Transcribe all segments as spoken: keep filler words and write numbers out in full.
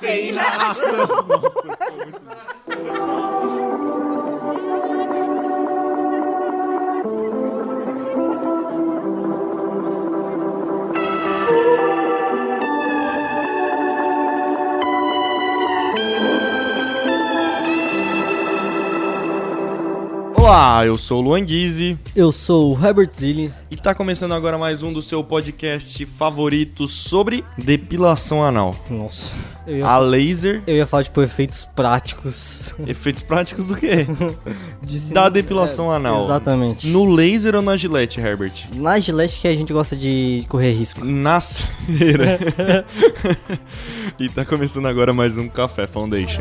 cafeína. Nossa, Olá, eu sou o Luan Guizzi. Eu sou o Herbert Zilli. E tá começando agora mais um do seu podcast favorito sobre depilação anal. Nossa. Eu ia, a laser. Eu ia falar, tipo, efeitos práticos. Efeitos práticos do quê? De da depilação é, anal. Exatamente. No laser ou na Gillette, Herbert? Na Gillette que a gente gosta de correr risco. Na cera. E tá começando agora mais um Café Foundation.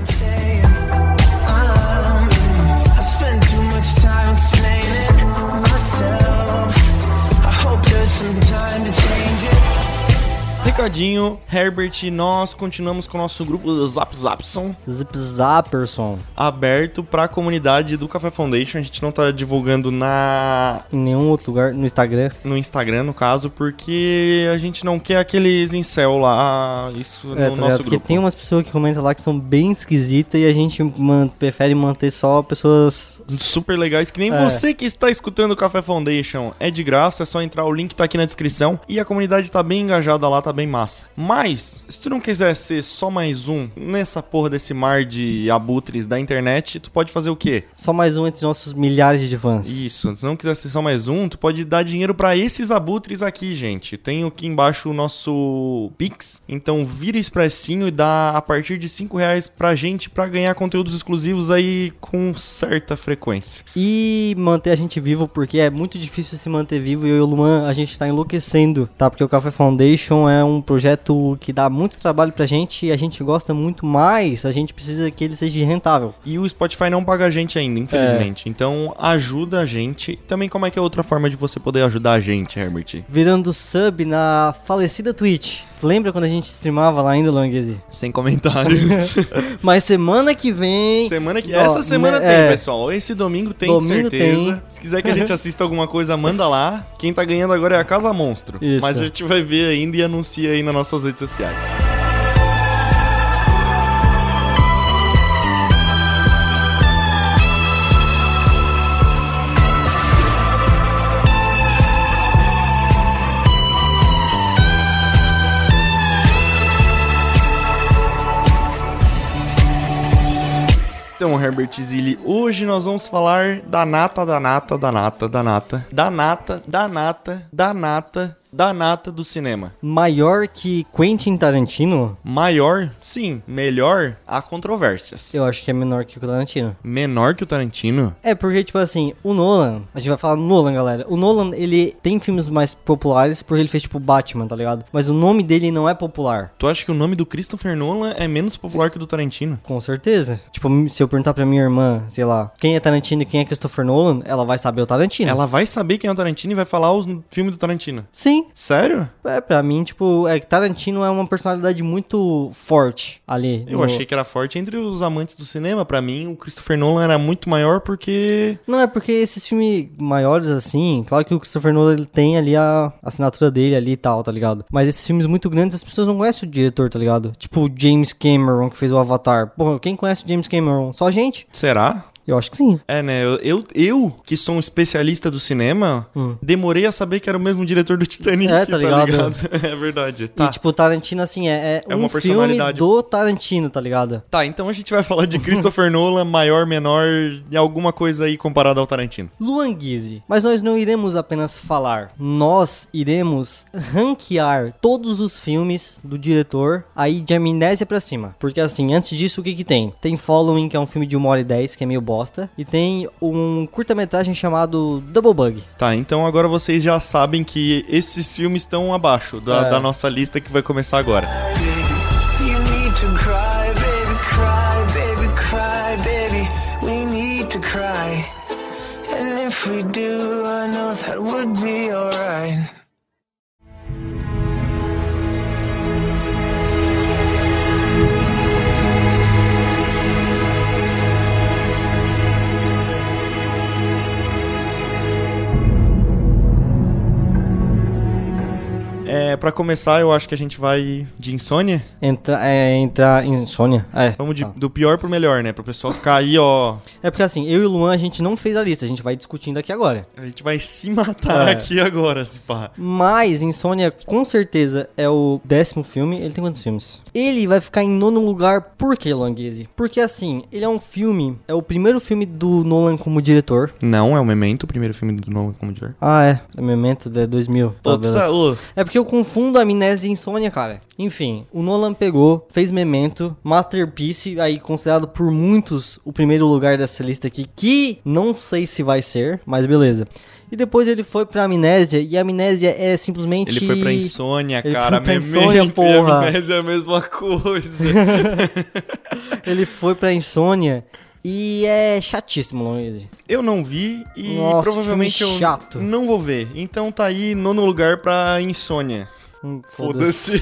Recadinho, Herbert, nós continuamos com o nosso grupo do Zap Zapson Zip Zapperson aberto pra comunidade do Café Foundation. A gente não tá divulgando na... em nenhum outro lugar, no Instagram. No Instagram, no caso, porque a gente não quer aqueles incel lá, isso é, no tá nosso porque grupo. Tem umas pessoas que comentam lá que são bem esquisitas e a gente man- prefere manter só pessoas... super legais, que nem é. você que está escutando o Café Foundation. É de graça, é só entrar, o link tá aqui na descrição. E a comunidade tá bem engajada lá, tá bem massa. Mas, se tu não quiser ser só mais um nessa porra desse mar de abutres da internet, tu pode fazer o quê? Só mais um entre nossos milhares de fãs. Isso, se tu não quiser ser só mais um, tu pode dar dinheiro pra esses abutres aqui, gente. Tem aqui embaixo o nosso Pix, então vira expressinho e dá a partir de cinco reais pra gente pra ganhar conteúdos exclusivos aí com certa frequência. E manter a gente vivo, porque é muito difícil se manter vivo e eu e o Luan, a gente tá enlouquecendo, tá? Porque o Café Foundation é um projeto que dá muito trabalho pra gente e a gente gosta muito, mais a gente precisa que ele seja rentável. E o Spotify não paga a gente ainda, infelizmente. É. Então ajuda a gente. Também como é que é outra forma de você poder ajudar a gente, Herbert? Virando sub na falecida Twitch. Lembra quando a gente streamava lá ainda, Luan Guizzi? Sem comentários. Mas semana que vem... Semana que... Ó, Essa semana né, tem, é... pessoal. Esse domingo tem, domingo de certeza. Tem. Se quiser que a gente assista alguma coisa, manda lá. Quem tá ganhando agora é a Casa Monstro. Isso. Mas a gente vai ver ainda e anuncia aí nas nossas redes sociais. Então, Herbert Zilli, hoje nós vamos falar da nata, da nata, da nata, da nata, da nata, da nata, da nata, da nata do cinema. Maior que Quentin Tarantino? Maior? Sim. Melhor? Há controvérsias. Eu acho que é menor que o Tarantino. Menor que o Tarantino? É, porque, tipo assim, o Nolan... A gente vai falar Nolan, galera. O Nolan, ele tem filmes mais populares porque ele fez, tipo, Batman, tá ligado? Mas o nome dele não é popular. Tu acha que o nome do Christopher Nolan é menos popular que o do Tarantino? Com certeza. Tipo, se eu perguntar pra minha irmã, sei lá, quem é Tarantino e quem é Christopher Nolan, ela vai saber o Tarantino. Ela vai saber quem é o Tarantino e vai falar os filmes do Tarantino. Sim. Sério? É, pra mim, tipo, é que Tarantino é uma personalidade muito forte ali. Eu no... achei que era forte entre os amantes do cinema. Pra mim, o Christopher Nolan era muito maior porque... Não, é porque esses filmes maiores, assim, claro que o Christopher Nolan ele tem ali a assinatura dele ali e tal, tá ligado? Mas esses filmes muito grandes, as pessoas não conhecem o diretor, tá ligado? Tipo o James Cameron, que fez o Avatar. Pô, quem conhece o James Cameron? Só a gente. Será? Eu acho que sim. É, né? Eu, eu, eu que sou um especialista do cinema, hum. demorei a saber que era o mesmo diretor do Titanic, é, tá ligado? Tá ligado? É verdade. Tá. E, tipo, Tarantino, assim, é, é, é um uma personalidade filme do Tarantino, tá ligado? Tá, então a gente vai falar de Christopher Nolan, maior, menor, e alguma coisa aí comparada ao Tarantino. Luan Guizzi. Mas nós não iremos apenas falar. Nós iremos ranquear todos os filmes do diretor aí de Amnésia pra cima. Porque, assim, antes disso, o que que tem? Tem Following, que é um filme de uma hora e dez, que é meio bosta. E tem um curta-metragem chamado Double Bug. Tá, então agora vocês já sabem que esses filmes estão abaixo da, é. da nossa lista que vai começar agora. pra começar, eu acho que a gente vai de Insônia. Entra, é, entrar em Insônia. É. Vamos de, Tá. do pior pro melhor, né? Pro pessoal ficar aí, ó. É porque assim, eu e o Luan, a gente não fez a lista, a gente vai discutindo aqui agora. A gente vai se matar É. aqui agora, se pá. Mas Insônia, com certeza, é o décimo filme. Ele tem quantos filmes? Ele vai ficar em nono lugar, por que, Languese? Porque assim, ele é um filme, é o primeiro filme do Nolan como diretor. Não, é o Memento, o primeiro filme do Nolan como diretor. Ah, é. É Memento de dois mil. Tá, Ô, beleza. tsa- ô, É porque eu confundo Amnésia e Insônia, cara. Enfim, o Nolan pegou, fez Memento, Masterpiece, aí considerado por muitos o primeiro lugar dessa lista aqui, que não sei se vai ser, mas beleza. E depois ele foi pra Amnésia, e a Amnésia é simplesmente... Ele foi pra Insônia, Ele cara. foi pra Memento Insônia, e porra. Amnésia é a mesma coisa. Ele foi pra Insônia e é chatíssimo, Luiz. Eu não vi e Nossa, provavelmente filme eu chato. não vou ver. Então tá aí nono lugar pra Insônia. Hum, Foda-se.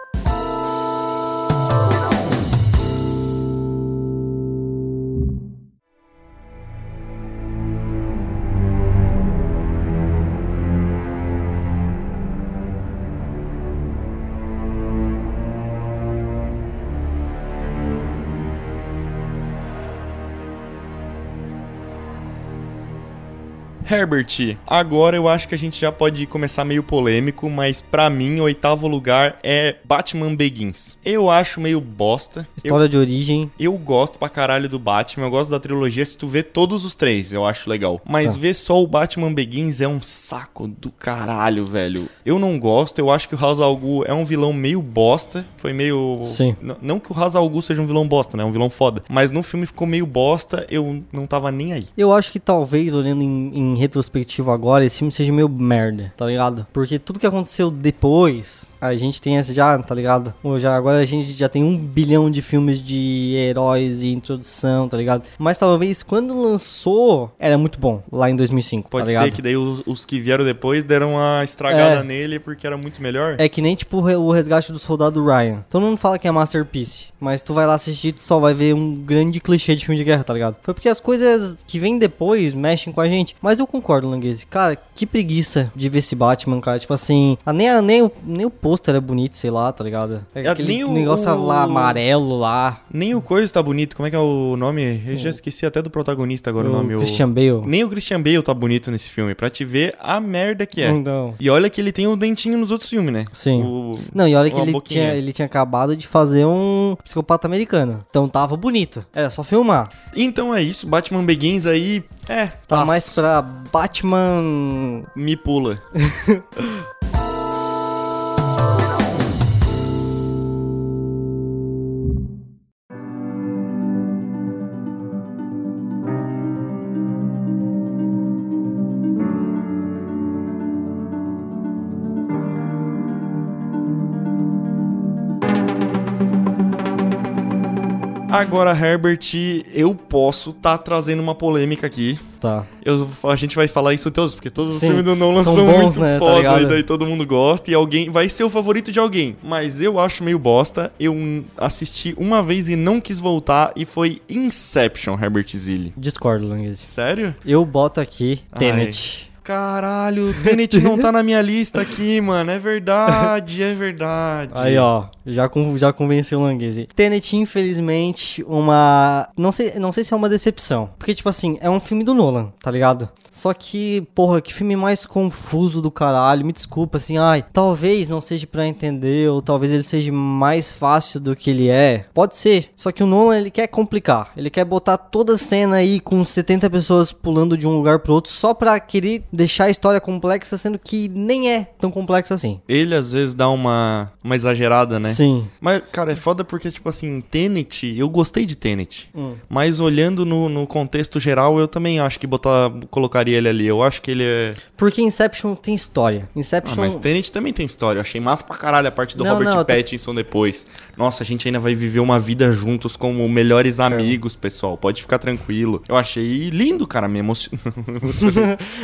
Herbert, agora eu acho que a gente já pode começar meio polêmico, mas pra mim, o oitavo lugar é Batman Begins. Eu acho meio bosta. História de origem. Eu, eu gosto pra caralho do Batman, eu gosto da trilogia. Se tu vê todos os três, eu acho legal. Mas Ah. ver só o Batman Begins é um saco do caralho, velho. Eu não gosto, eu acho que o Ra's al Ghul é um vilão meio bosta. Foi meio... Sim. N- não que o Ra's al Ghul seja um vilão bosta, né? É um vilão foda. Mas no filme ficou meio bosta, eu não tava nem aí. Eu acho que talvez, olhando em, em retrospectiva agora, esse filme seja meio merda, tá ligado? Porque tudo que aconteceu depois, a gente tem essa já, tá ligado? Ou já, agora a gente já tem um bilhão de filmes de heróis e introdução, tá ligado? Mas talvez quando lançou, era muito bom, lá em dois mil e cinco, Pode tá ligado? ser que daí os, os que vieram depois deram uma estragada É. nele porque era muito melhor. É que nem tipo o re- o resgate do soldado Ryan. Todo mundo fala que é Masterpiece, mas tu vai lá assistir, tu só vai ver um grande clichê de filme de guerra, tá ligado? Foi porque as coisas que vêm depois mexem com a gente. Mas eu concordo, Languese. Cara, que preguiça de ver esse Batman, cara. Tipo assim, a, nem, a, nem, o, nem o pôster é bonito, sei lá, tá ligado? É É, aquele nem o- negócio o- lá amarelo lá. Nem o Coisa tá bonito. Como é que é o nome? Eu já esqueci até do protagonista agora o, nome. o- Christian Bale. Nem o Christian Bale tá bonito nesse filme. Pra te ver a merda que é. Então. E olha que ele tem o dentinho nos outros filmes, né? Sim. O... Não, e olha que uma ele boquinha. tinha, ele tinha acabado de fazer um psicopata americano. Então tava bonito. Era só filmar. Então é isso. Batman Begins aí... É, Tá passa. mais pra Batman... Me pula. Agora, Herbert, eu posso tá trazendo uma polêmica aqui. Tá. Eu, a gente vai falar isso todos, porque todos os Sim, filmes do Nolan são são, bons, muito né, tá foda, ligado? e daí todo mundo gosta, e alguém vai ser o favorito de alguém. Mas eu acho meio bosta, eu assisti uma vez e não quis voltar, e foi Inception, Herbert Zilli. Discordo, Languese. Sério? Eu boto aqui Ai. Tenet. Caralho, Tenet não tá na minha lista aqui, mano. É verdade, é verdade. Aí, ó, já, con- já convenceu o Languese. Tenet, infelizmente, uma... Não sei, não sei se é uma decepção. Porque, tipo assim, é um filme do Nolan, tá ligado? Só que, porra, que filme mais confuso do caralho. Me desculpa, assim, ai, talvez não seja pra entender, ou talvez ele seja mais fácil do que ele é. Pode ser. Só que o Nolan, ele quer complicar. Ele quer botar toda a cena aí com setenta pessoas pulando de um lugar pro outro só pra querer deixar a história complexa, sendo que nem é tão complexa assim. Ele às vezes dá uma, uma exagerada, né? Sim. Mas, cara, é foda porque, tipo assim, Tenet, eu gostei de Tenet. Hum. Mas olhando no, no contexto geral, eu também acho que botar, colocaria ele ali. Eu acho que ele é... Porque Inception tem história. Ah, Inception... mas Tenet também tem história. Eu achei massa pra caralho a parte do Não, Robert não, eu tô- Pattinson depois. Nossa, a gente ainda vai viver uma vida juntos como melhores amigos, pessoal. Pode ficar tranquilo. Eu achei lindo, cara. Me emocionou. Aí se o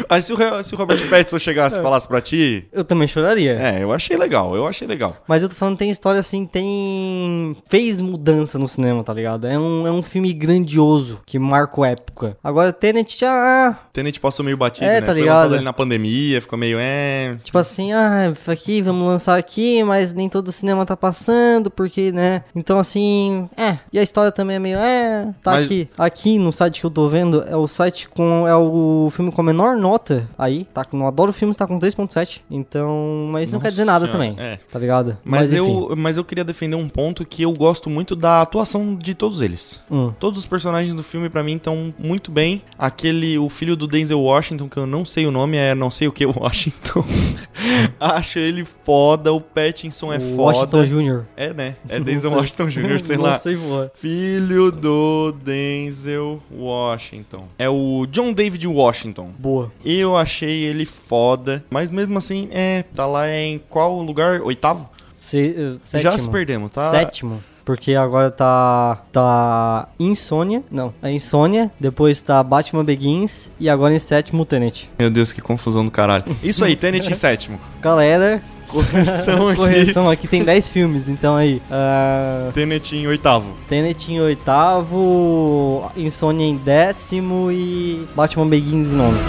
se o Robert Pattinson chegasse e falasse pra ti... Eu também choraria. É, eu achei legal, eu achei legal. Mas eu tô falando, tem história assim, tem... Fez mudança no cinema, tá ligado? É um, é um filme grandioso, que marcou época. Agora, Tenet já... Tenet passou meio batido, É, né? tá Foi ligado? lançado ali na pandemia, ficou meio... É... Tipo assim, ah, aqui, vamos lançar aqui, mas nem todo o cinema tá passando, porque, né? Então, assim, é. E a história também é meio, é, tá Mas- aqui. Aqui no site que eu tô vendo, é o site com, é o filme com a menor nota aí, tá? No Adoro Filmes tá com três ponto sete, então, mas isso não Nossa quer dizer nada senhora, também, é. tá ligado? Mas, enfim. eu, mas eu queria defender um ponto que eu gosto muito da atuação de todos eles. Hum. Todos os personagens do filme, pra mim, estão muito bem. Aquele, o filho do Denzel Washington, que eu não sei o nome, é não sei o que Washington. Acho ele foda, o Pattinson é o foda. Washington Júnior É, né? É Não Denzel sei. Washington Júnior, sei Não lá. sei voar. Filho do Denzel Washington. É o John David Washington. Boa. Eu achei ele foda, mas mesmo assim, é, tá lá em qual lugar? Oitavo? Se, uh, sétimo. Já se perdemos, tá? Sétimo. Porque agora tá. Tá. Insônia. Não, é Insônia. Depois tá Batman Begins. E agora em sétimo, Tenet. Meu Deus, que confusão do caralho. Isso aí, Tenet em sétimo. Galera. Correção aqui. Correção aqui tem dez filmes, então aí. Uh, Tenet em oitavo. Tenet em oitavo. Insônia em décimo. E Batman Begins em nono.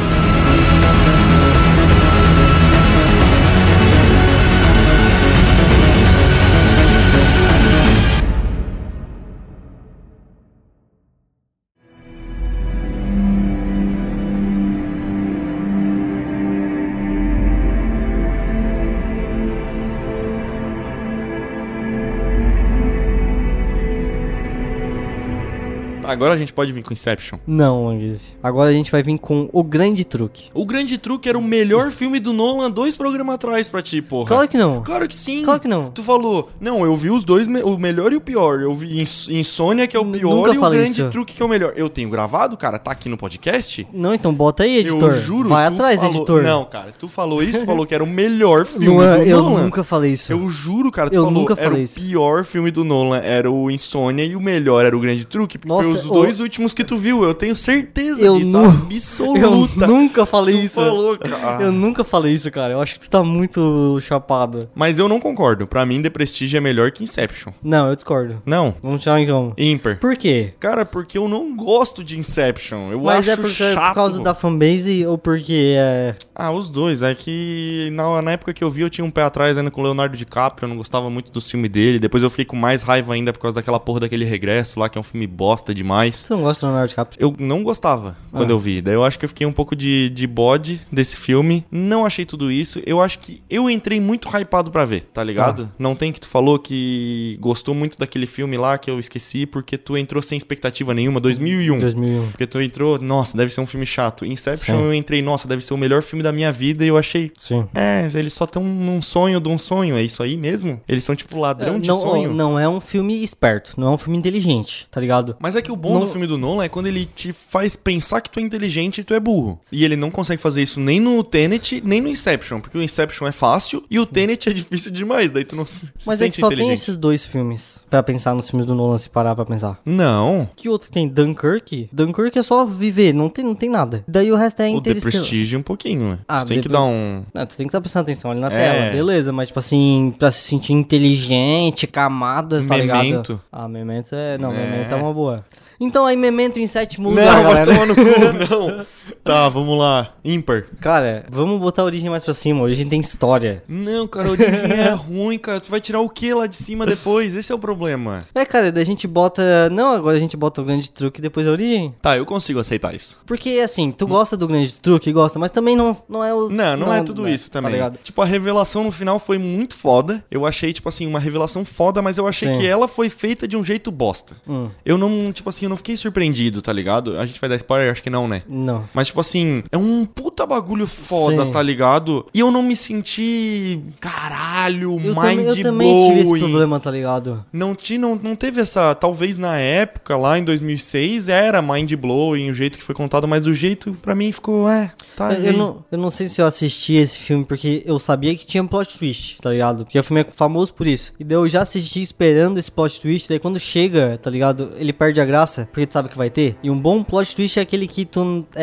Agora a gente pode vir com Inception. Não, Anguise. Agora a gente vai vir com O Grande Truque. O Grande Truque era o melhor filme do Nolan dois programas atrás pra ti, porra. Claro que não. Claro que sim. Claro que não. Tu falou, não, eu vi os dois, me- o melhor e o pior. Eu vi Ins- Insônia, que é o N- pior, nunca e o falei Grande isso. Truque, que é o melhor. Eu tenho gravado, cara, tá aqui no podcast. Não, então bota aí, editor. Eu juro, Vai tu atrás, falou... editor. Não, cara, tu falou isso, tu falou que era o melhor filme Luan, do eu Nolan. nunca falei isso. Eu juro, cara, tu Eu falou, nunca era falei o isso. pior filme do Nolan, era o Insônia, e o melhor era o Grande Truque, porque foi Nossa, os ô- dois últimos que tu viu, eu tenho certeza Eu disso, nu- absoluta. Eu nunca falei Tu isso. falou, cara. Eu nunca falei isso, cara. Eu acho que tu tá muito chapado. Mas eu não concordo, pra mim The Prestige é melhor que Inception. Não, eu discordo. Não, Vamos tirar então. ímpar. Por quê? Cara, porque eu não gosto de Inception, eu Mas acho é porque, chato. por causa da fanbase ou porque é... Ah, os dois. É que na, na época que eu vi, eu tinha um pé atrás ainda com o Leonardo DiCaprio. Eu não gostava muito do filme dele. Depois eu fiquei com mais raiva ainda por causa daquela porra daquele Regresso lá, que é um filme bosta demais. Você não gosta do Leonardo DiCaprio? Eu não gostava quando Ah. eu vi. Daí eu acho que eu fiquei um pouco de, de bode desse filme. Não achei tudo isso. Eu acho que eu entrei muito hypado pra ver, tá ligado? Não tem que tu falou que gostou muito daquele filme lá que eu esqueci porque tu entrou sem expectativa nenhuma, dois mil e um. dois mil e um. Porque tu entrou, nossa, deve ser um filme chato. Inception Sim. eu entrei, nossa, deve ser o melhor filme da minha vida e eu achei, Sim. é, eles só estão num sonho de um sonho, é isso aí mesmo? Eles são tipo ladrão de não, sonho? não é um filme esperto, não é um filme inteligente, tá ligado? Mas é que o bom Não- do filme do Nolan é quando ele te faz pensar que tu é inteligente e tu é burro. E ele não consegue fazer isso nem no Tenet, nem no Inception, porque o Inception é fácil e o Tenet é difícil demais, daí tu não se Mas se é sente que só tem inteligente. esses dois filmes pra pensar nos filmes do Nolan, se parar pra pensar. Não. Que outro tem? Dunkirk? Dunkirk é só viver, não tem, não tem nada. Daí o resto é O The Interestelar. Prestige um pouquinho, né? Ah, tu tem The que Pre- dar um... Não, tu tem que estar prestando atenção ali na É. tela, beleza, mas tipo assim, pra se sentir inteligente, camadas, tá ligado? Memento. Ah, Memento é... Não, É. Memento é uma boa. Então aí, Memento em sétimo Não, lugar, vai galera. tomar no cu, não. Tá, vamos lá. Ímpar. Cara, vamos botar a Origem mais pra cima, a Origem tem história. Não, cara, a origem é ruim, cara. Tu vai tirar o que lá de cima depois? Esse é o problema. É, cara, daí a gente bota... Não, agora a gente bota o Grande Truque e depois a Origem. Tá, eu consigo aceitar isso. Porque, assim, tu gosta do Grande Truque, gosta, mas também não, não é os... Não, não, é tudo isso tá também. ligado? Tipo, a revelação no final foi muito foda. Eu achei, tipo assim, uma revelação foda, mas eu achei Sim. que ela foi feita de um jeito bosta. Hum, Eu não, tipo assim, eu não fiquei surpreendido, tá ligado? A gente vai dar spoiler? Acho que não, né? não. Mas, tipo assim, é um puta bagulho foda, Sim. tá ligado? E eu não me senti, caralho, Eu, também, eu mind também tive esse blowing. problema, tá ligado? Não, ti, não, não teve essa. Talvez na época, lá em dois mil e seis, era mind blowing o jeito que foi contado, mas o jeito pra mim ficou, é, tá. Eu, eu aí. não, eu não sei se eu assisti esse filme porque eu sabia que tinha um plot twist, tá ligado? Porque o filme é famoso por isso. E daí eu já assisti esperando esse plot twist, daí quando chega, tá ligado? Ele perde a graça, porque tu sabe que vai ter. E um bom plot twist é aquele que tu é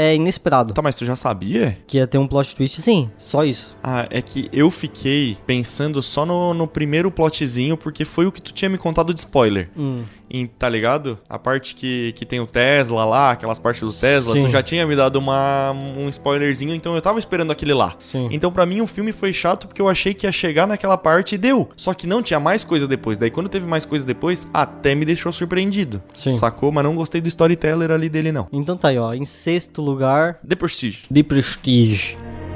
inesperado. Tá, mas tu já sabia? Que ia ter um plot twist, sim. Só isso. Ah, é que eu fiquei pensando só no, no primeiro plotzinho, porque foi o que tu tinha me contado de spoiler. Hum. E, tá ligado? A parte que, que tem o Tesla lá, aquelas partes do Tesla, Sim. tu já tinha me dado uma, um spoilerzinho, então eu tava esperando aquele lá. Sim. Então pra mim o filme foi chato porque eu achei que ia chegar naquela parte e deu. Só que não tinha mais coisa depois. Daí quando teve mais coisa depois, até me deixou surpreendido. Sim. Sacou? Mas não gostei do storyteller ali dele não. Então tá aí, ó. Em sexto lugar, The Prestige. The Prestige.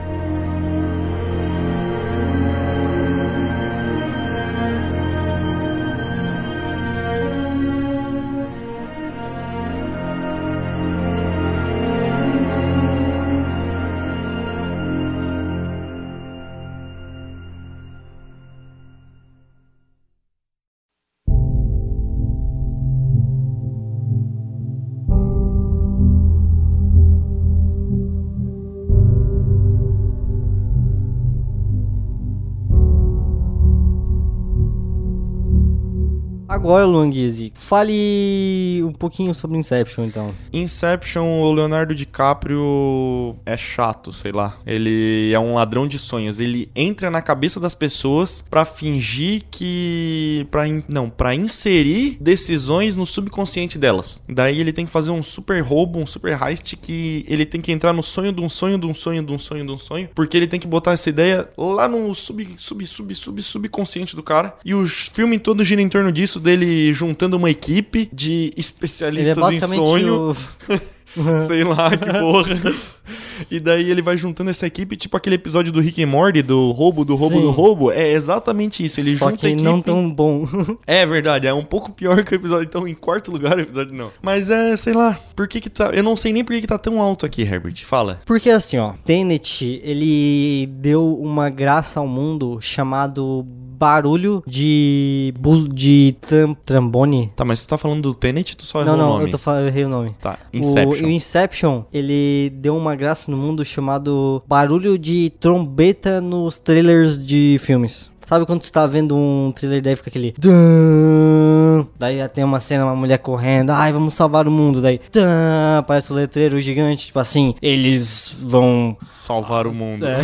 Agora, Luanguese, fale um pouquinho sobre Inception, então. Inception, o Leonardo DiCaprio é chato, sei lá. Ele é um ladrão de sonhos. Ele entra na cabeça das pessoas pra fingir que... Pra in... Não, pra inserir decisões no subconsciente delas. Daí ele tem que fazer um super roubo, um super heist que ele tem que entrar no sonho de um sonho, de um sonho, de um sonho, de um sonho. Porque ele tem que botar essa ideia lá no sub, sub, sub, sub, subconsciente do cara. E o filme todo gira em torno disso, dele juntando uma equipe de especialistas ele é basicamente em sonho. O... Sei lá, que porra. E daí ele vai juntando essa equipe, tipo aquele episódio do Rick and Morty, do roubo, do roubo, Sim. do roubo. É exatamente isso. Ele Só junta que a equipe... não tão bom. É verdade, é um pouco pior que o episódio. Então, em quarto lugar, o episódio não. Mas é, sei lá, por que que tá... Eu não sei nem por que que tá tão alto aqui, Herbert. Fala. Porque assim, ó, Tenet, ele deu uma graça ao mundo chamado barulho de... bu- de tram, trambone. Tá, mas tu tá falando do Tenet, tu só Não, errou não, o nome. eu tô falando, eu errei o nome. Tá, O, Inception. o Inception, ele deu uma graça no mundo chamado barulho de trombeta nos trailers de filmes. Sabe quando tu tá vendo um trailer, daí fica aquele... Dã, daí tem uma cena, uma mulher correndo, ai, vamos salvar o mundo, daí... Dã, aparece o letreiro gigante, tipo assim, eles vão... Salvar o mundo. É.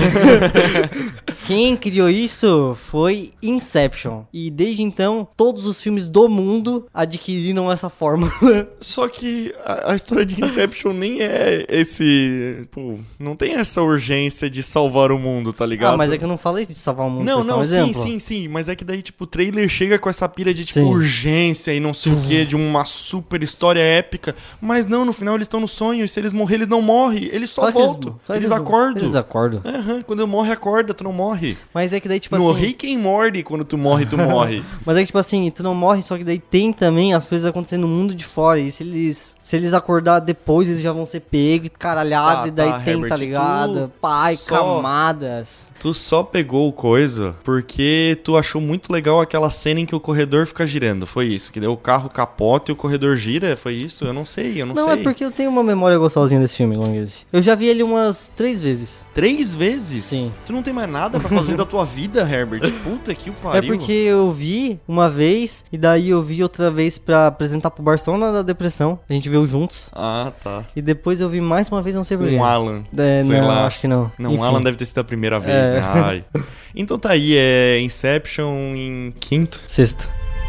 Quem criou isso foi Inception. E desde então, todos os filmes do mundo adquiriram essa fórmula. Só que a, a história de Inception nem é esse... Pô, não tem essa urgência de salvar o mundo, tá ligado? Ah, mas é que eu não falei de salvar o mundo, Não, foi só um não, sim, exemplo. sim, sim. Mas é que daí, tipo, o trailer chega com essa pira de, tipo, Sim. urgência e não sei o quê, de uma super história épica. Mas não, no final eles estão no sonho. E se eles morrerem, eles não morrem. Eles só Só que eles- voltam. só que Eles, eles- acordam. Eles acordam. Aham, quando eu morre, acorda, tu não morre. Mas é que daí, tipo no assim... Rei quem morre, quando tu morre, tu morre. Mas é que, tipo assim, tu não morre, só que daí tem também as coisas acontecendo no mundo de fora. E se eles, se eles acordar depois, eles já vão ser pegos, caralhado, Tá, e daí tá, tem, Herbert, tá ligado? tu Pai, só- camadas. Tu só pegou o coisa porque tu achou muito legal aquela cena em que o corredor fica girando. Foi isso, que deu o carro capota e o corredor gira. Foi isso? Eu não sei, eu não, Não, sei. é porque eu tenho uma memória gostosinha desse filme, Longuese. Eu já vi ele umas três vezes. Três vezes? Sim. Tu não tem mais nada pra fazer da tua vida, Herbert? Puta que o pariu. É porque eu vi uma vez, e daí eu vi outra vez pra apresentar pro Barcelona da Depressão. A gente viu juntos. Ah, tá. E depois eu vi mais uma vez, não sei porquê. Com o Alan. É, sei não, lá. acho que não. Não, o Enfim. Alan deve ter sido a primeira vez, É. né? Ai. Então tá aí, é Inception em quinto. Sexto.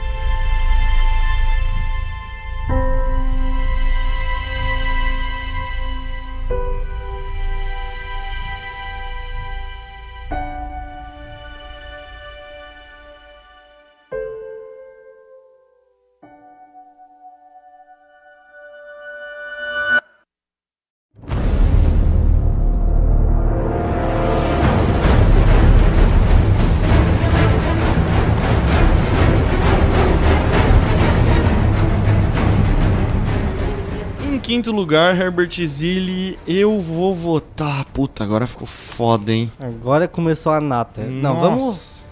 Em quinto lugar, Herbert Zilli, eu vou votar. Puta, agora ficou foda, hein? Agora começou a nata. Não, vamos...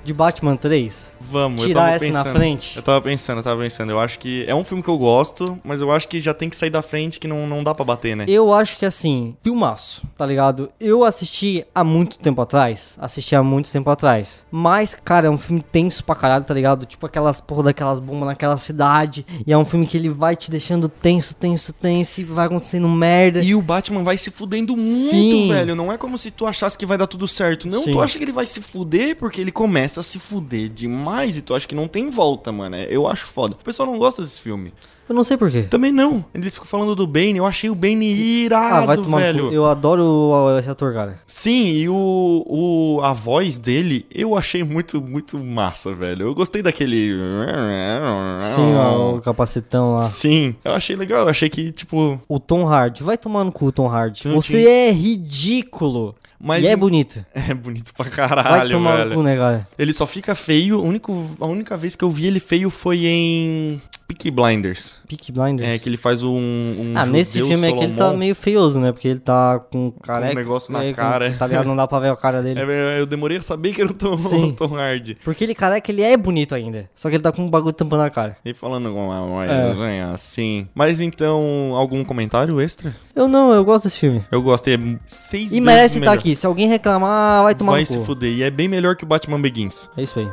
de Batman três? Vamos, Tirar eu tava essa pensando. na frente? Eu tava pensando, eu tava pensando. Eu acho que é um filme que eu gosto, mas eu acho que já tem que sair da frente, que não, não dá pra bater, né? Eu acho que assim, filmaço, tá ligado? Eu assisti há muito tempo atrás, assisti há muito tempo atrás, mas, cara, é um filme tenso pra caralho, tá ligado? Tipo aquelas porra daquelas bombas naquela cidade, e é um filme que ele vai te deixando tenso, tenso, tenso, e vai acontecendo merda. E o Batman vai se fudendo muito, Sim. velho. Não é como se tu achasse que vai dar tudo certo. Não, Sim. tu acha que ele vai se fuder porque ele começa a se fuder demais e tu acha que não tem volta, mano. É, Eu acho foda. O pessoal não gosta desse filme. Eu não sei porquê. Também não. Eles ficam falando do Bane. Eu achei o Bane irado, Ah, vai tomar no velho. cu. Eu adoro o- esse ator, cara. Sim, e o, o, a voz dele eu achei muito, muito massa, velho. Eu gostei daquele... Sim, ó, o capacetão lá. Sim, eu achei legal. Eu achei que, tipo... O Tom Hardy. Vai tomar no cu, Tom Hardy. Sim, Você sim. é ridículo. Mas e é em- bonito. É bonito pra Vai caralho, tomar velho. no cu, né, cara? Ele só fica feio. O único, a única vez que eu vi ele feio foi em Peaky Blinders. Peaky Blinders. É, que ele faz um, um Ah, nesse judeu filme aqui ele tá Solomon. meio feioso, né? Porque ele tá com careca. negócio na é, com- cara. Tá ligado? Não dá pra ver a cara dele. É, eu demorei a saber que era o Tom, Sim. o Tom Hardy. Porque ele careca, ele é bonito ainda. Só que ele tá com um bagulho tampando a cara. E falando alguma É. coisa assim. Mas então, algum comentário extra? Eu não, eu gosto desse filme. Eu gostei. É seis E vezes merece estar melhor. aqui. Se alguém reclamar, vai tomar Vai no se cu. fuder. E é bem melhor que o Batman Begins. É isso aí.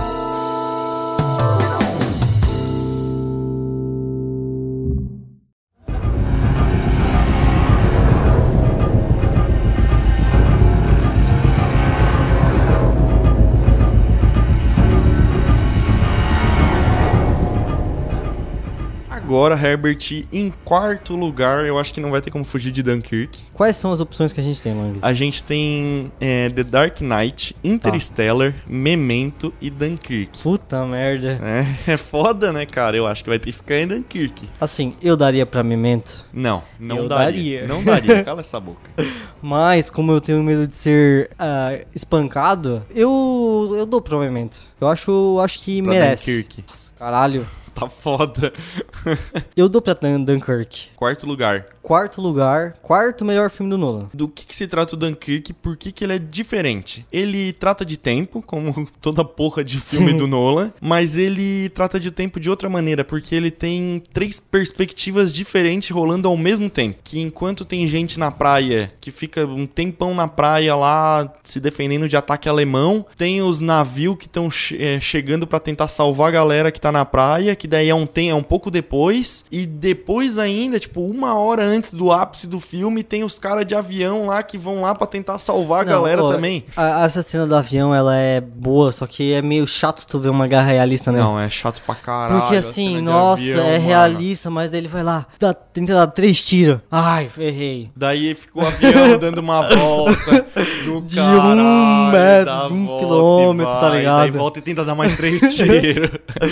Agora, Herbert, em quarto lugar, eu acho que não vai ter como fugir de Dunkirk. Quais são as opções que a gente tem, Langues? A gente tem é, The Dark Knight, Interstellar, Tá. Memento e Dunkirk. Puta merda. É, é foda, né, cara? Eu acho que vai ter que ficar em Dunkirk. Assim, eu daria pra Memento. Não, não Eu daria. daria. Não daria, cala essa boca. Mas, como eu tenho medo de ser ah, espancado, eu, eu dou pra Memento. Eu acho, acho que Pra merece. Dunkirk. Nossa, caralho. Tá foda. Eu dou pra Dun- Dunkirk. Quarto lugar. Quarto lugar, quarto melhor filme do Nolan. Do que, que se trata o Dunkirk? Por que, que ele é diferente? Ele trata de tempo, como toda porra de filme Sim. do Nolan, mas ele trata de tempo de outra maneira, porque ele tem três perspectivas diferentes rolando ao mesmo tempo. Que enquanto tem gente na praia que fica um tempão na praia lá se defendendo de ataque alemão, tem os navios que estão che- é, chegando pra tentar salvar a galera que tá na praia, que daí é um, tem, é um pouco depois, e depois ainda, tipo, uma hora antes do ápice do filme, tem os caras de avião lá que vão lá pra tentar salvar a Não, galera ó, também. a- essa cena do avião, ela é boa, só que é meio chato tu ver uma guerra realista, né? Não, é chato pra caralho. Porque a assim, cena de nossa, avião, é mano. realista, mas daí ele vai lá, dá, tenta dar três tiros. Ai, errei. Daí fica o avião dando uma volta do De caralho, um metro, dá de um volta e quilômetro, tá vai, ligado? Daí volta e tenta dar mais três tiros.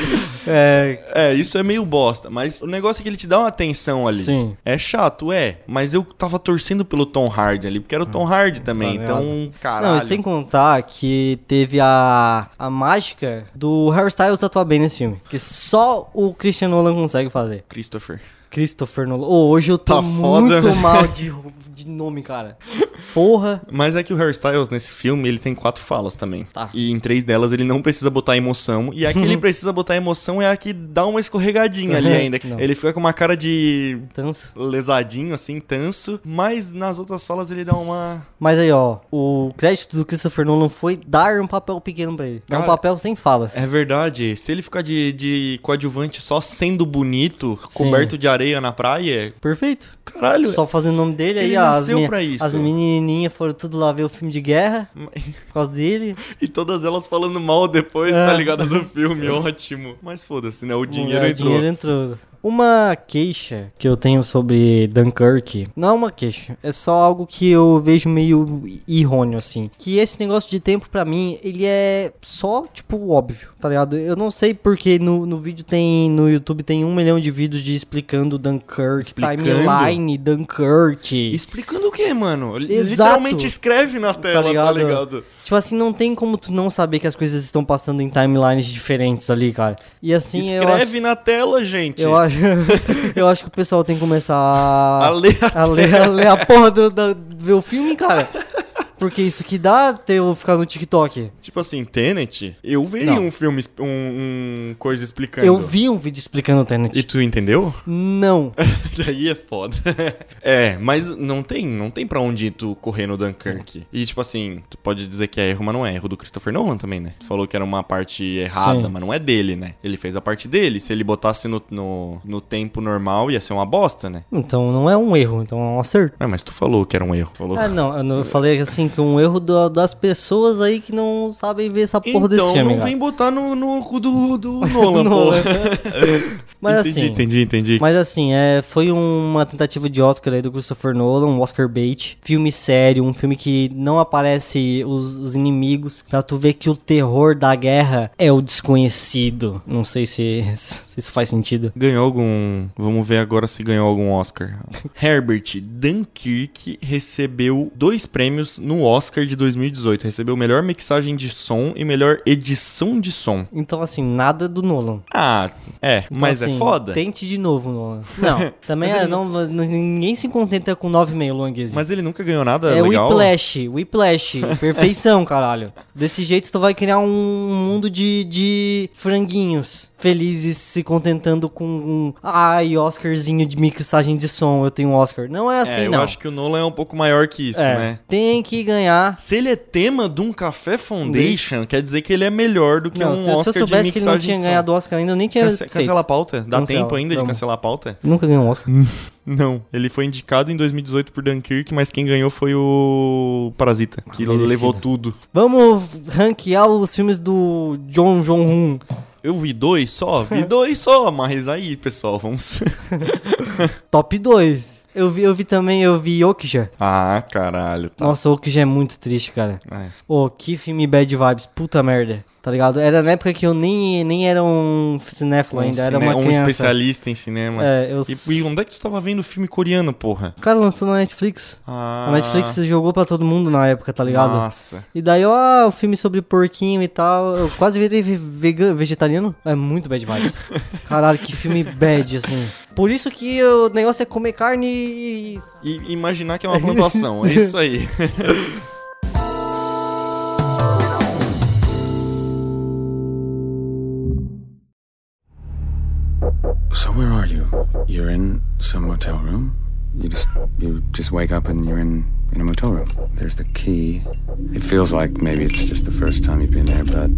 É, É, isso é meio bosta, mas o negócio é que ele te dá uma atenção ali. Sim. É chato, é, mas eu tava torcendo pelo Tom Hardy ali, porque era o Tom Hardy também, Tá então, ligado? caralho. Não, e sem contar que teve a, a mágica do Harry Styles atuar bem nesse filme. Que só o Christian Nolan consegue fazer. Christopher. Christopher Nolan. Ô, hoje eu tô Tá foda, muito né? mal de, de nome, cara. Porra. Mas é que o Harry Styles, nesse filme, ele tem quatro falas também. Tá. E em três delas ele não precisa botar emoção. E a que ele precisa botar emoção é a que dá uma escorregadinha ali ainda. Não. Ele fica com uma cara de Tanso. lesadinho, assim, tanso. Mas nas outras falas ele dá uma... Mas aí, ó, o crédito do Christopher Nolan foi dar um papel pequeno pra ele. Dar um Cara, papel sem falas. É verdade. Se ele ficar de, de coadjuvante só sendo bonito, coberto de areia na praia... Perfeito. Caralho. Só fazendo o nome dele, Ele aí as, nasceu me- pra isso. as menininhas foram tudo lá ver o filme de guerra por causa dele. E todas elas falando mal depois, É. tá ligado? Do filme, ótimo. Mas foda-se, né? O dinheiro O entrou. dinheiro entrou. Uma queixa que eu tenho sobre Dunkirk, não é uma queixa, é só algo que eu vejo meio irônio, assim. Que esse negócio de tempo, pra mim, ele é só, tipo, óbvio, tá ligado? Eu não sei porque no, no vídeo tem, no YouTube tem um milhão de vídeos de explicando Dunkirk, Explicando? timeline, Dunkirk. Explicando o que, mano? Exato. Literalmente escreve na tela, tá ligado? ligado? Tipo assim, não tem como tu não saber que as coisas estão passando em timelines diferentes ali, cara. E assim, eu acho... Escreve na tela, gente. Eu acho, eu acho que o pessoal tem que começar A ler a a ler, a ler a porra do, da- ver o filme, cara. Porque isso que dá ter eu ficar no TikTok. Tipo assim, Tenet, eu veria Não. um filme, um, um coisa explicando. Eu vi um vídeo explicando o Tenet. E tu entendeu? Não. Daí é foda. É, mas não tem, não tem pra onde tu correr no Dunkirk. E tipo assim, tu pode dizer que é erro, mas não é erro do Christopher Nolan também, né? Tu falou que era uma parte errada, Sim. mas não é dele, né? Ele fez a parte dele. Se ele botasse no, no, no tempo normal, ia ser uma bosta, né? Então não é um erro, então é um acerto. É, mas tu falou que era um erro. Falou... Ah, não, eu, não, eu falei assim que um erro do- das pessoas aí que não sabem ver essa porra Então desse filme. não cara. vem botar no, no cu do, do Nolan, Nolan. porra. Mas entendi, assim, entendi, entendi. Mas assim, é, foi uma tentativa de Oscar aí do Christopher Nolan, um Oscar bait. Filme sério, um filme que não aparece os, os inimigos, pra tu ver que o terror da guerra é o desconhecido. Não sei se, se isso faz sentido. Ganhou algum... Vamos ver agora se ganhou algum Oscar. Herbert, Dunkirk recebeu dois prêmios no Oscar de dois mil e dezoito. Recebeu melhor mixagem de som e melhor edição de som. Então assim, nada do Nolan. Ah, é. Então, mas assim, é foda. Tente de novo, Nolan. Não, também Mas é, ele não, ninguém se contenta com nove vírgula cinco Luanguese. Mas ele nunca ganhou nada É legal. Whiplash, Whiplash, perfeição, caralho. Desse jeito tu vai criar um mundo de, de franguinhos felizes se contentando com um... Ai, Oscarzinho de mixagem de som, eu tenho um Oscar. Não é assim, É, eu não. acho que o Nolan é um pouco maior que isso, É, né? tem que ganhar. Se ele é tema de um Café Foundation, quer dizer que ele é melhor do que Não, um se, Oscar se eu soubesse de que ele não mixagem tinha de som. ganhado Oscar ainda, eu nem tinha Cance- feito. Cancela a pauta? Dá Cancela, tempo ainda de vamos. cancelar a pauta? Nunca ganhou um Oscar. Não. Ele foi indicado em dois mil e dezoito por Dunkirk, mas quem ganhou foi o Parasita, que merecido. levou tudo. Vamos ranquear os filmes do John Jong-un. Eu vi dois só? Vi dois só, mas aí, pessoal, vamos... Top dois. Eu vi, eu vi também, eu vi Okja. ah, caralho, tá. Nossa, Okja é muito triste, cara. É. Ô, que filme bad vibes, puta merda, tá ligado? Era na época que eu nem, nem era um cinéfilo Um, ainda, era cine- uma um criança. especialista em cinema. É, eu... E, e onde é que tu tava vendo filme coreano, porra? O cara lançou na Netflix. Ah, A Netflix jogou pra todo mundo na época, tá ligado? Nossa. E daí, ó, o filme sobre porquinho e tal, eu quase virei ve- vegano, vegetariano. É muito bad vibes. Caralho, que filme bad, assim. Por isso que o negócio é comer carne e... E imaginar que é uma plantação, é isso aí. So where are you? You're in some motel room? You just you just wake up and you're in, in a motel room. There's the key. It feels like maybe it's just the first time you've been there, but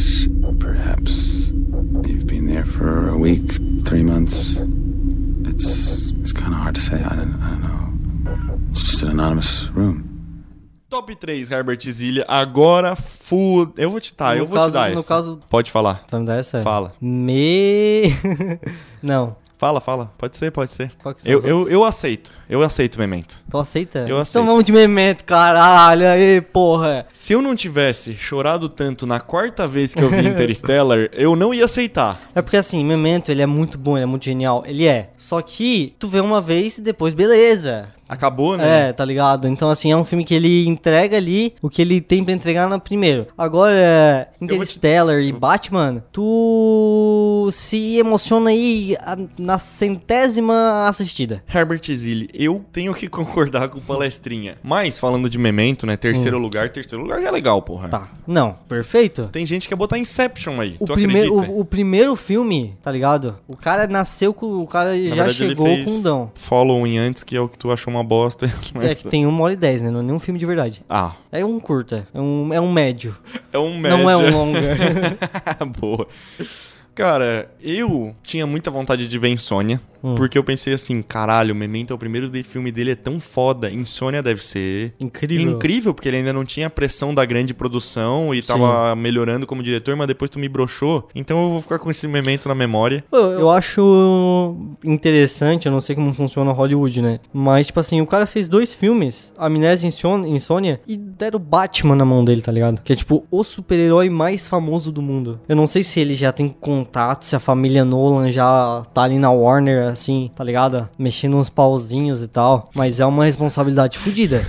perhaps you've been there for a week, three months. It's it's kind of hard to say. I don't I don't know. It's just an anonymous room. Top três, Herbert Zillia. Agora, fu... Eu vou te dar, No eu vou caso- te dar no essa. caso- Pode falar. Tá me dando essa? Fala. Me... Não. Fala, fala. Pode ser, pode ser. Qual que são Eu, os eu, outros? eu aceito. Eu aceito Memento. Tu aceita? Eu aceito. Então vamos de Memento, caralho. Aí, porra. Se eu não tivesse chorado tanto na quarta vez que eu vi Interstellar, eu não ia aceitar. É porque assim, Memento, ele é muito bom, ele é muito genial. Ele é. Só que tu vê uma vez e depois, beleza. Acabou, né? É, tá ligado? Então, assim, é um filme que ele entrega ali o que ele tem pra entregar no primeiro. Agora, Interstellar e Batman, tu se emociona aí a- na centésima assistida. Herbert Zilli, eu tenho que concordar com o Palestrinha. Mas, falando de Memento, né? Terceiro lugar, terceiro lugar já é legal, porra. Hum. Tá. Não, perfeito. Tem gente que quer botar Inception aí, O, tu primeiro, acredita? o, o primeiro filme, tá ligado? O cara nasceu com... O cara Na já verdade, chegou ele fez com um dom. Following antes, que é o que tu achou uma bosta. mas- É que tem uma hora e dez, né? Não é nenhum filme de verdade. Ah, É um curta. É um, é um médio. é um média. Não é um longa. Boa. Cara, eu tinha muita vontade de ver Insônia, Hum. porque eu pensei assim, caralho, o Memento é o primeiro de- filme dele, é tão foda. Insônia deve ser Incrível. incrível, porque ele ainda não tinha a pressão da grande produção e Sim. tava melhorando como diretor, mas depois tu me broxou. Então eu vou ficar com esse Memento na memória. Pô, eu acho interessante, eu não sei como funciona Hollywood, né? Mas, tipo assim, o cara fez dois filmes, Amnésia e Inson- Insônia, e deram Batman na mão dele, tá ligado? Que é, tipo, o super-herói mais famoso do mundo. Eu não sei se ele já tem contato, se a família Nolan já tá ali na Warner, assim, tá ligado? Mexendo uns pauzinhos e tal. Mas é uma responsabilidade fodida.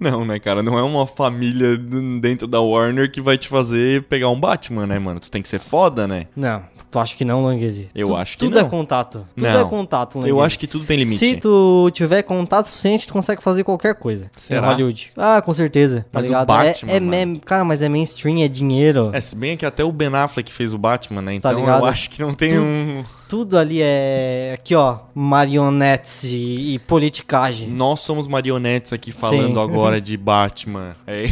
Não, né, cara? Não é uma família dentro da Warner que vai te fazer pegar um Batman, né, mano? Tu tem que ser foda, né? Não, tu acha que não, Languese? Eu Tu, acho que tudo não. é contato. Tudo Não. é contato, Languese. Eu acho que tudo tem limite. Se tu tiver contato suficiente, tu consegue fazer qualquer coisa. Será? Em Hollywood. Ah, com certeza. Tá Mas o ligado? Batman, é, é, mano. é- cara, mas é mainstream, é dinheiro. É, se bem que até o Ben Affleck fez o Batman, né? Então ligado? eu acho que não tem Tu- um... Tudo ali é. Aqui, ó. Marionetes e, e politicagem. Nós somos marionetes aqui falando Sim. agora de Batman. É.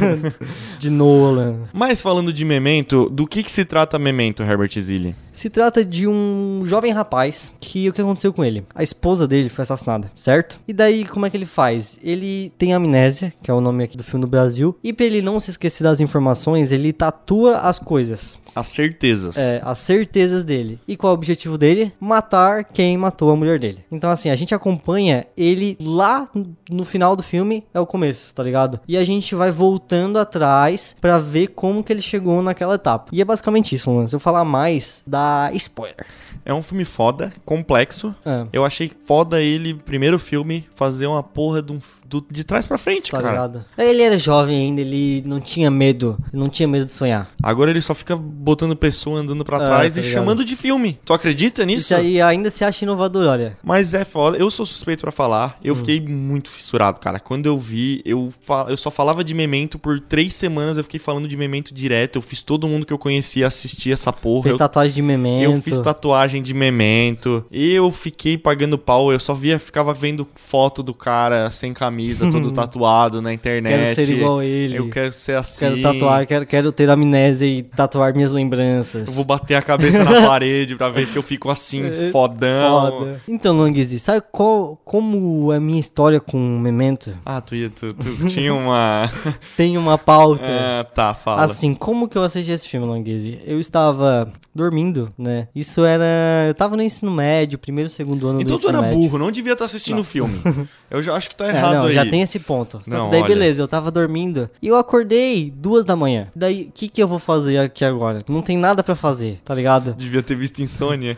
De Nolan. Mas falando de Memento, do que que se trata Memento, Herbert Zilli? Se trata de um jovem rapaz que o que aconteceu com ele? A esposa dele foi assassinada, certo? E daí, como é que ele faz? Ele tem amnésia, que é o nome aqui do filme do Brasil, e pra ele não se esquecer das informações, ele tatua as coisas, As certezas. é, as certezas dele. E qual é o objetivo dele? Matar quem matou a mulher dele. Então, assim, a gente acompanha ele lá no final do filme, é o começo, tá ligado? E a gente vai voltando atrás pra ver como que ele chegou naquela etapa. E é basicamente isso, Luan. Se eu falar mais, dá spoiler. É um filme foda, complexo. É. Eu achei foda ele, primeiro filme, fazer uma porra de, um, do- de trás pra frente, Tá cara. ligado? Ele era jovem ainda, ele não tinha medo, não tinha medo de sonhar. Agora ele só fica botando pessoa andando pra Ah, trás tá e ligado. chamando de filme. Tu acredita nisso? Isso aí ainda se acha inovador, olha. Mas é foda. Eu sou suspeito pra falar. Hum. Eu fiquei muito fissurado, cara. Quando eu vi, eu, fa- eu só falava de Memento por três semanas. Eu fiquei falando de Memento direto. Eu fiz todo mundo que eu conhecia assistir essa porra. Fez Eu, tatuagem de memento. eu fiz tatuagem de Memento. Eu fiquei pagando pau. Eu só via, ficava vendo foto do cara sem camisa, todo tatuado na internet. Quero ser igual a ele. Eu quero ser assim. Quero tatuar, quero, quero ter amnésia e tatuar minhas lembranças. Eu vou bater a cabeça na parede pra ver se eu fico assim, fodão. Foda. Então, Languese, sabe qual, como é a minha história com Memento? Ah, tu, ia- tu, tu tinha uma... Tem uma pauta. ah, tá, fala. Assim, como que eu assisti esse filme, Languese? Eu estava dormindo, né? Isso era... Eu tava no ensino médio, primeiro, segundo ano Então do tu ensino era médio. burro, não devia estar assistindo o filme. Eu já acho que tá É, errado não, aí. já tem esse ponto. Só Não, que daí, olha. beleza, eu tava dormindo e eu acordei duas da manhã. Daí, o que que eu vou fazer aqui agora? Não tem nada pra fazer, tá ligado? Devia ter visto Insônia.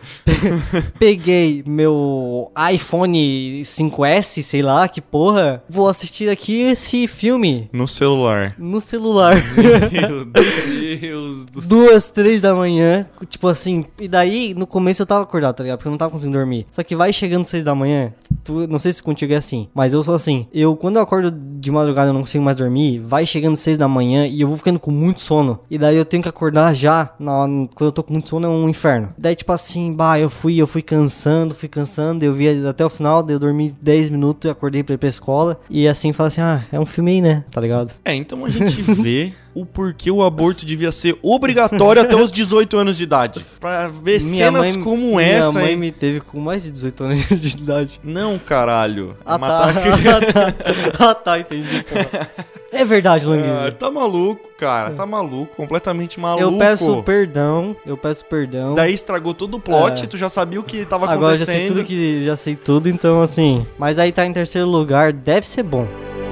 Peguei meu iPhone cinco S, sei lá, que porra. Vou assistir aqui esse filme No celular. no celular. Meu Deus do céu. Duas, três da manhã, tipo assim, e daí no começo eu tava acordado, tá ligado? Porque eu não tava conseguindo dormir. Só que vai chegando seis da manhã, tu, não sei se contigo é assim, mas eu sou assim. Eu, quando eu acordo de madrugada eu não consigo mais dormir, vai chegando seis da manhã e eu vou ficando com muito sono. E daí eu tenho que acordar já, na, quando eu tô com muito sono é um inferno. Daí tipo assim, bah, eu fui, eu fui cansando, fui cansando, eu vi até o final, daí eu dormi dez minutos e acordei pra ir pra escola. E assim, fala assim, ah, é um filme aí, né? Tá ligado? É, então a gente vê o porquê o aborto devia ser obrigatório até os dezoito anos de idade. Pra ver cenas como essa, Minha mãe hein? me teve com mais de dezoito anos de idade. Não, caralho. Ah, Matar tá. criança. ah, tá. Ah, tá, entendi. Porra. É verdade, Ah, Languise. tá maluco, cara. Tá maluco. Completamente maluco. Eu peço perdão, eu peço perdão. Daí estragou todo o plot, É. tu já sabia o que tava Agora já acontecendo. sei tudo que já sei tudo, então assim. Mas aí tá em terceiro lugar, deve ser bom.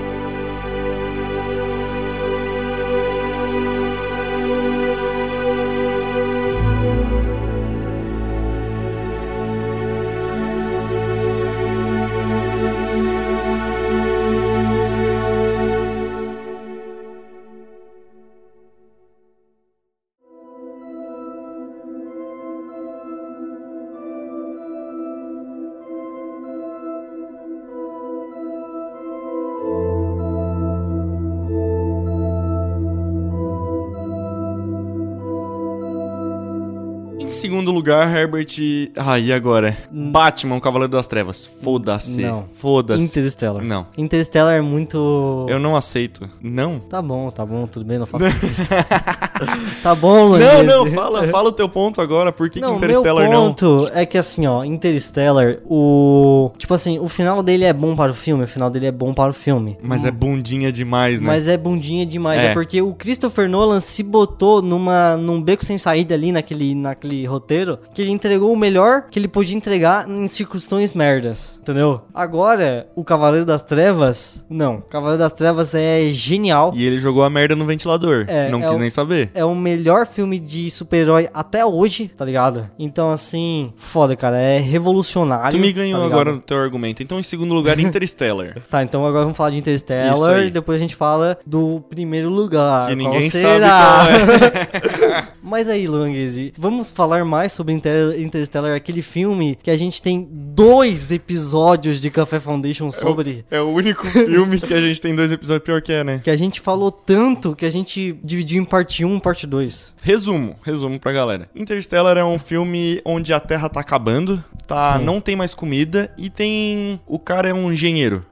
Em segundo lugar, Herbert... Ah, e agora? Batman, o Cavaleiro das Trevas. Foda-se. Não. Foda-se. Interstellar. Não. Interstellar é muito. Eu não aceito. Não? Tá bom, tá bom, tudo bem, não faço isso. Tá bom, Languise. Não, não, fala, fala o teu ponto agora. Por que, que Não, Interstellar meu não? ponto é que assim, ó, Interstellar, o... Tipo assim, o final dele é bom para o filme, o final dele é bom para o filme. Mas é bundinha demais, né? Mas é bundinha demais, É. é. porque o Christopher Nolan se botou numa, num beco sem saída ali, naquele, naquele de roteiro, que ele entregou o melhor que ele podia entregar em circunstâncias merdas, entendeu? Agora, o Cavaleiro das Trevas, não. O Cavaleiro das Trevas é genial. E ele jogou a merda no ventilador. É, não é quis o- nem saber. É o melhor filme de super-herói até hoje, tá ligado? Então, assim, foda, cara. É revolucionário. Tu me ganhou tá ligado? agora no teu argumento. Então, em segundo lugar, Interstellar. Tá, então agora vamos falar de Isso Interstellar. aí. E depois a gente fala do primeiro lugar. Que Qual ninguém será? sabe qual é. Mas aí, Luanguese, vamos falar mais sobre Inter Interstellar, aquele filme que a gente tem dois episódios de Café Foundation sobre. É o único filme que a gente tem dois episódios, pior que é, né? Que a gente falou tanto que a gente dividiu em parte um e parte dois. Resumo, resumo pra galera. Interstellar é um filme onde a Terra tá acabando, tá, Sim. não tem mais comida e tem... O cara é um engenheiro,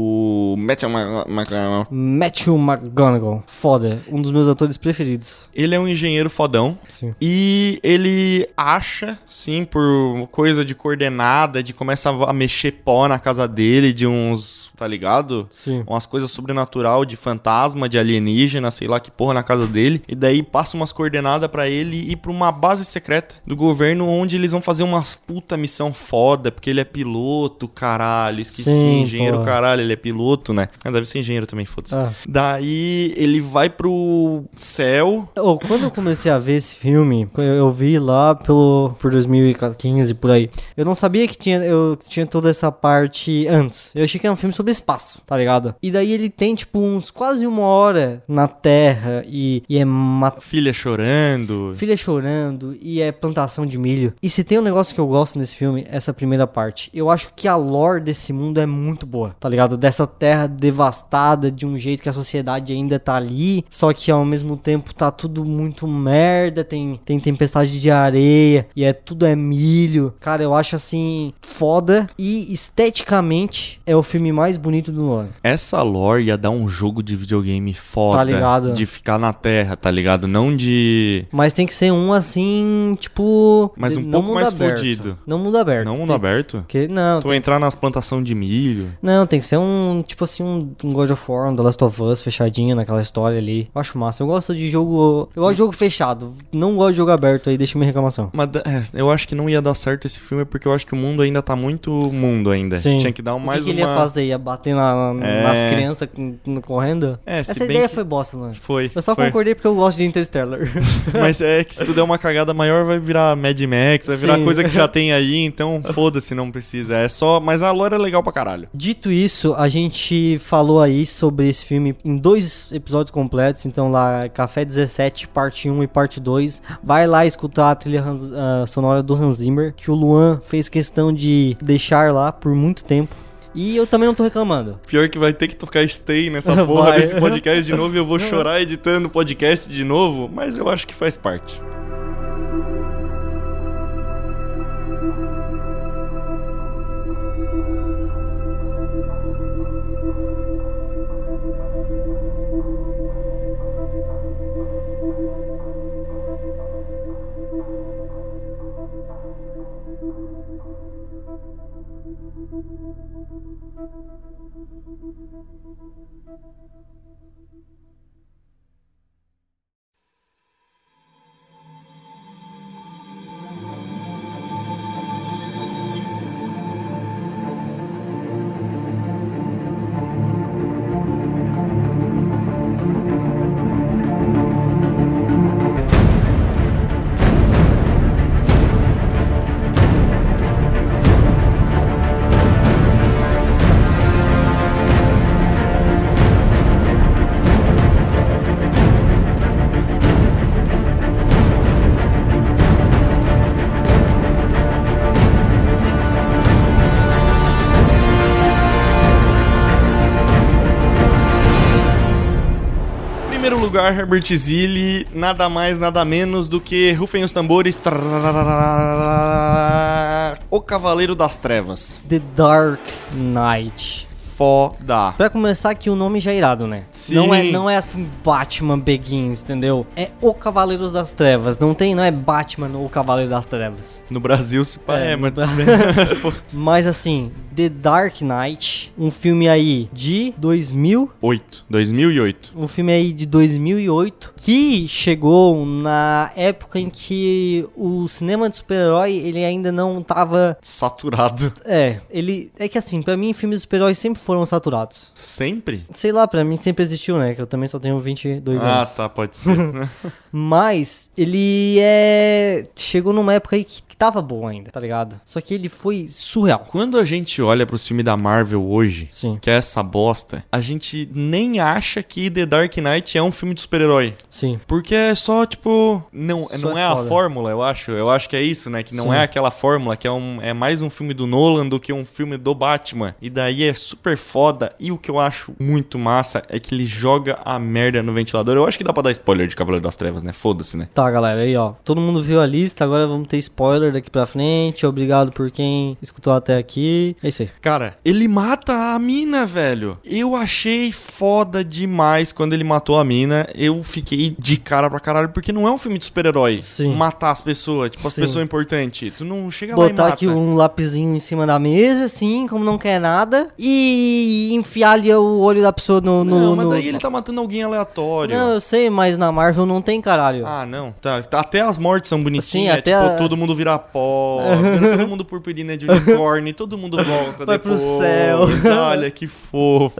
o Matthew Ma- Ma- Matthew McConaughey, foda, um dos meus atores preferidos. Ele é um engenheiro fodão. Sim. E ele acha, sim, por coisa de coordenada, de começar a mexer pó na casa dele, de uns, tá ligado? Sim. Umas coisas sobrenatural, de fantasma, de alienígena, sei lá que porra na casa dele. E daí passa umas coordenadas pra ele ir pra uma base secreta do governo, onde eles vão fazer uma puta missão foda, porque ele é piloto, caralho. Esqueci, Sim, engenheiro, porra. caralho, ele é piloto, né? Ah, deve ser engenheiro também, foda-se. Ah. Daí ele vai pro céu. Oh, quando eu comecei a ver esse filme, eu, eu vi lá pelo, por dois mil e quinze, por aí. Eu não sabia que tinha, eu tinha toda essa parte antes. Eu achei que era um filme sobre espaço, tá ligado? E daí ele tem, tipo, uns quase uma hora na Terra e, e é ma- Filha chorando. filha chorando e é plantação de milho. E se tem um negócio que eu gosto nesse filme, essa primeira parte. Eu acho que a lore desse mundo é muito boa, tá ligado? Dessa terra devastada de um jeito que a sociedade ainda tá ali, só que ao mesmo tempo tá tudo muito merda, tem, tem tempestade de areia e é tudo é milho. Cara, eu acho assim foda e esteticamente é o filme mais bonito do ano. Essa lore ia dar um jogo de videogame foda. Tá ligado? De ficar na Terra, tá ligado? Não de... Mas tem que ser um assim, tipo, Mas de- um não pouco mundo mais aberto. fudido. Não mundo aberto. Não mundo Tem- aberto? Porque, não, Tu entrar nas plantações de milho. Não, tem que ser um, tipo assim, um, um God of War, um The Last of Us fechadinho naquela história ali. Eu acho massa. Eu gosto de jogo... Eu gosto de jogo fechado. Não gosto de jogo aberto aí, deixa minha reclamação. Mas é, eu acho que não ia dar certo esse filme porque eu acho que o mundo ainda tá muito mundo ainda. Sim. Tinha que dar O mais que, que uma... ele ia fazer? Ia bater na, na- É. nas crianças com- com- correndo? É, se Essa bem ideia que- foi bosta, mano. Foi, Eu só foi. concordei porque eu gosto de Interstellar. Mas é que se tu der uma cagada maior vai virar Mad Max, vai virar Sim. coisa que já tem aí, então foda-se, não precisa. É só... Mas a lore é legal pra caralho. Dito isso, a gente falou aí sobre esse filme em dois episódios completos. Então lá, Café dezessete, parte um e parte dois. Vai lá escutar a trilha Hans- ah, sonora do Hans Zimmer, que o Luan fez questão de deixar lá por muito tempo. E eu também não tô reclamando. Pior que vai ter que tocar stay nessa porra Vai. desse podcast de novo e eu vou chorar editando o podcast de novo, mas eu acho que faz parte. Primeiro lugar, Herbert Zilli, nada mais, nada menos do que rufem os tambores. Trararara, O Cavaleiro das Trevas. The Dark Knight. Foda. Pra começar aqui, o nome já é irado, né? Sim. Não é, não é assim Batman Begins, entendeu? É O Cavaleiros das Trevas. Não tem, não é Batman ou o Cavaleiro das Trevas. No Brasil se pá, é, É, mas no tudo bem. Mas assim, The Dark Knight, um filme aí de dois mil... oito. dois mil e oito. Um filme aí de dois mil e oito, que chegou na época em que o cinema de super-herói, ele ainda não tava... Saturado. É, ele... É que assim, pra mim, filmes de super-herói sempre foram saturados. Sempre? Sei lá, pra mim sempre existiu, né? Que eu também só tenho vinte e dois Ah, anos. tá, pode ser. Mas ele é... Chegou numa época aí que, que tava bom ainda, tá ligado? Só que ele foi surreal. Quando a gente olha pro filme da Marvel hoje, Sim. que é essa bosta, a gente nem acha que The Dark Knight é um filme de super-herói. Sim. Porque é só, tipo... Não, Só não é é, a foda. fórmula, eu acho. Eu acho que é isso, né? Que não Sim. é aquela fórmula, que é, um, é mais um filme do Nolan do que um filme do Batman. E daí é super foda. E o que eu acho muito massa é que ele joga a merda no ventilador. Eu acho que dá pra dar spoiler de Cavaleiro das Trevas, né? Foda-se, né? Tá, galera, aí ó, todo mundo viu a lista, agora vamos ter spoiler daqui pra frente, obrigado por quem escutou até aqui, é isso aí. Cara, ele mata a mina, velho. Eu achei foda demais quando ele matou a mina. Eu fiquei de cara pra caralho, porque não é um filme de super-herói. Sim. Matar as pessoas, tipo, as Sim. pessoas importantes. Tu não chega lá e Botar mata. aqui um lapisinho em cima da mesa, assim, como não quer nada, e enfiar ali o olho da pessoa no... no Não, mas no- daí ele tá matando alguém aleatório. Não, eu sei, mas na Marvel não tem, caralho. Ah, não. Tá, tá- até as mortes são bonitinhas. Sim, é, até tipo, a- todo mundo vira pó, vira todo mundo purpurina de unicórnio, todo mundo volta Vai pro depois. céu. Olha, que fofo.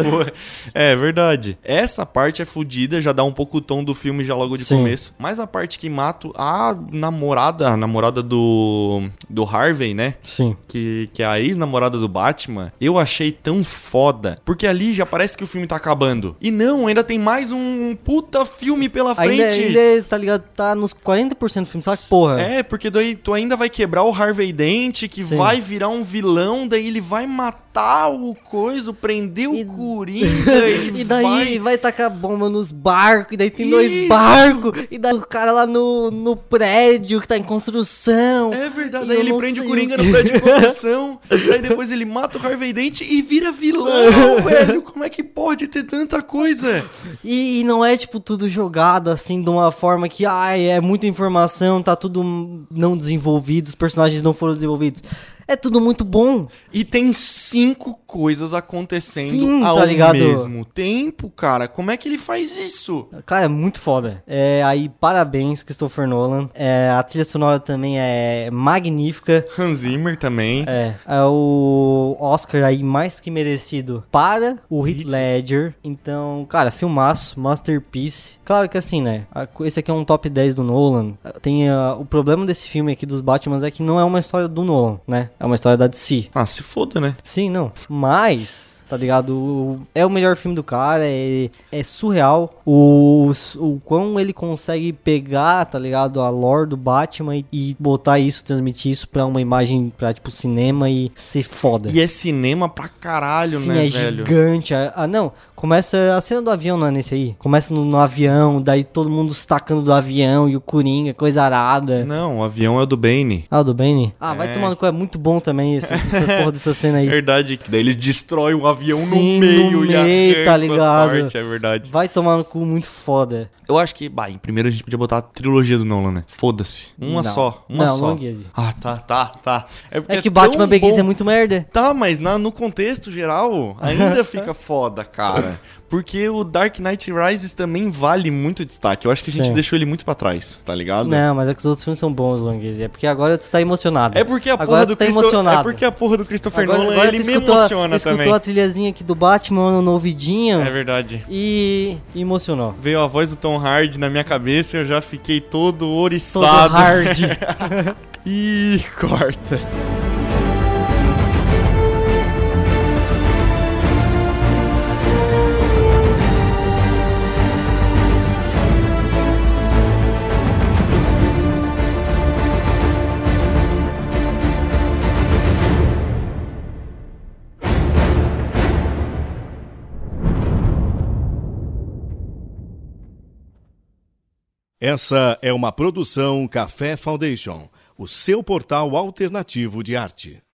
É verdade. Essa parte é fodida, já dá um pouco o tom do filme já logo de Sim. começo. Mas a parte que mata a namorada, a namorada do, do Harvey, né? Sim. Que, que é a ex-namorada do Batman, eu achei tão foda. Porque ali já parece que o filme tá acabando. E não, ainda tem mais um puta filme pela frente. Ainda, ainda, tá ligado, tá nos quarenta por cento do filme, sabe que porra? É, porque daí tu ainda vai quebrar o Harvey Dent, que Sim. vai virar um vilão, daí ele vai matar o coisa, prender o E- Coringa e, E daí vai... vai... tacar bomba nos barcos, e daí tem dois Isso. barcos, e daí o cara lá no, no prédio que tá em construção. É verdade, E daí eu ele não prende o sei Coringa o que- no prédio de construção, daí depois ele mata o Harvey Dent e vira vilão, velho. Como é que pode ter tanta coisa? E, e não é, tipo, tudo jogado, assim, de uma forma que, ai, é muita informação, tá tudo não desenvolvido, os personagens não foram desenvolvidos. É tudo muito bom. E tem cinco coisas acontecendo Sim, ao tá ligado? mesmo tempo, cara. Como é que ele faz isso? Cara, é muito foda. É, aí, parabéns, Christopher Nolan. É, a trilha sonora também é magnífica. Hans Zimmer também. É, é o Oscar aí mais que merecido para o Heath Heath. Ledger. Então, cara, filmaço, masterpiece. Claro que assim, né? a- Esse aqui é um top dez do Nolan. Tem ah, o problema desse filme aqui dos Batmans é que não é uma história do Nolan, né? É uma história da D C. Ah, se foda, né? Sim, não. Mas, tá ligado? O- É o melhor filme do cara, é, é surreal. O, o quão ele consegue pegar, tá ligado? A lore do Batman e, e botar isso, transmitir isso pra uma imagem, pra tipo cinema e ser foda. E é cinema pra caralho, Sim, né, é velho? gigante. Ah, ah, não. Começa a cena do avião, não é nesse aí? Começa no, no avião, daí todo mundo se tacando do avião e o Coringa, coisa arada. Não, o avião é o do Bane. Ah, o do Bane? Ah, vai É. tomar no cu, é muito bom também esse, essa porra dessa cena aí. Verdade, que daí eles destroem o avião Sim, no meio no e meio, arrancam tá as ligado? partes, é verdade. Vai tomar no cu muito foda. Eu acho que, bah, em primeiro a gente podia botar a trilogia do Nolan, né? Foda-se. Uma Não. só, uma Não, só. Longuese. Ah, tá, tá, tá. porque É que tão Batman Begins bom. é muito merda. Tá, mas na- no contexto geral, ainda fica foda, cara. Porque o Dark Knight Rises também vale muito destaque. Eu acho que a gente Sim. deixou ele muito pra trás, tá ligado? Não, mas é que os outros filmes são bons, Longuese. É porque agora tu tá emocionado. É porque a Agora porra tu do tá Christo- emocionado. É porque a porra do Christopher Agora, Nolan, agora ele tu me escutou, emociona escutou também. a trilhazinha aqui do Batman no ouvidinho É verdade. e emocionou. Veio a voz do Tom Hardy na minha cabeça e eu já fiquei todo Todo oriçado. hard. Ih, corta. Essa é uma produção Café Foundation, o seu portal alternativo de arte.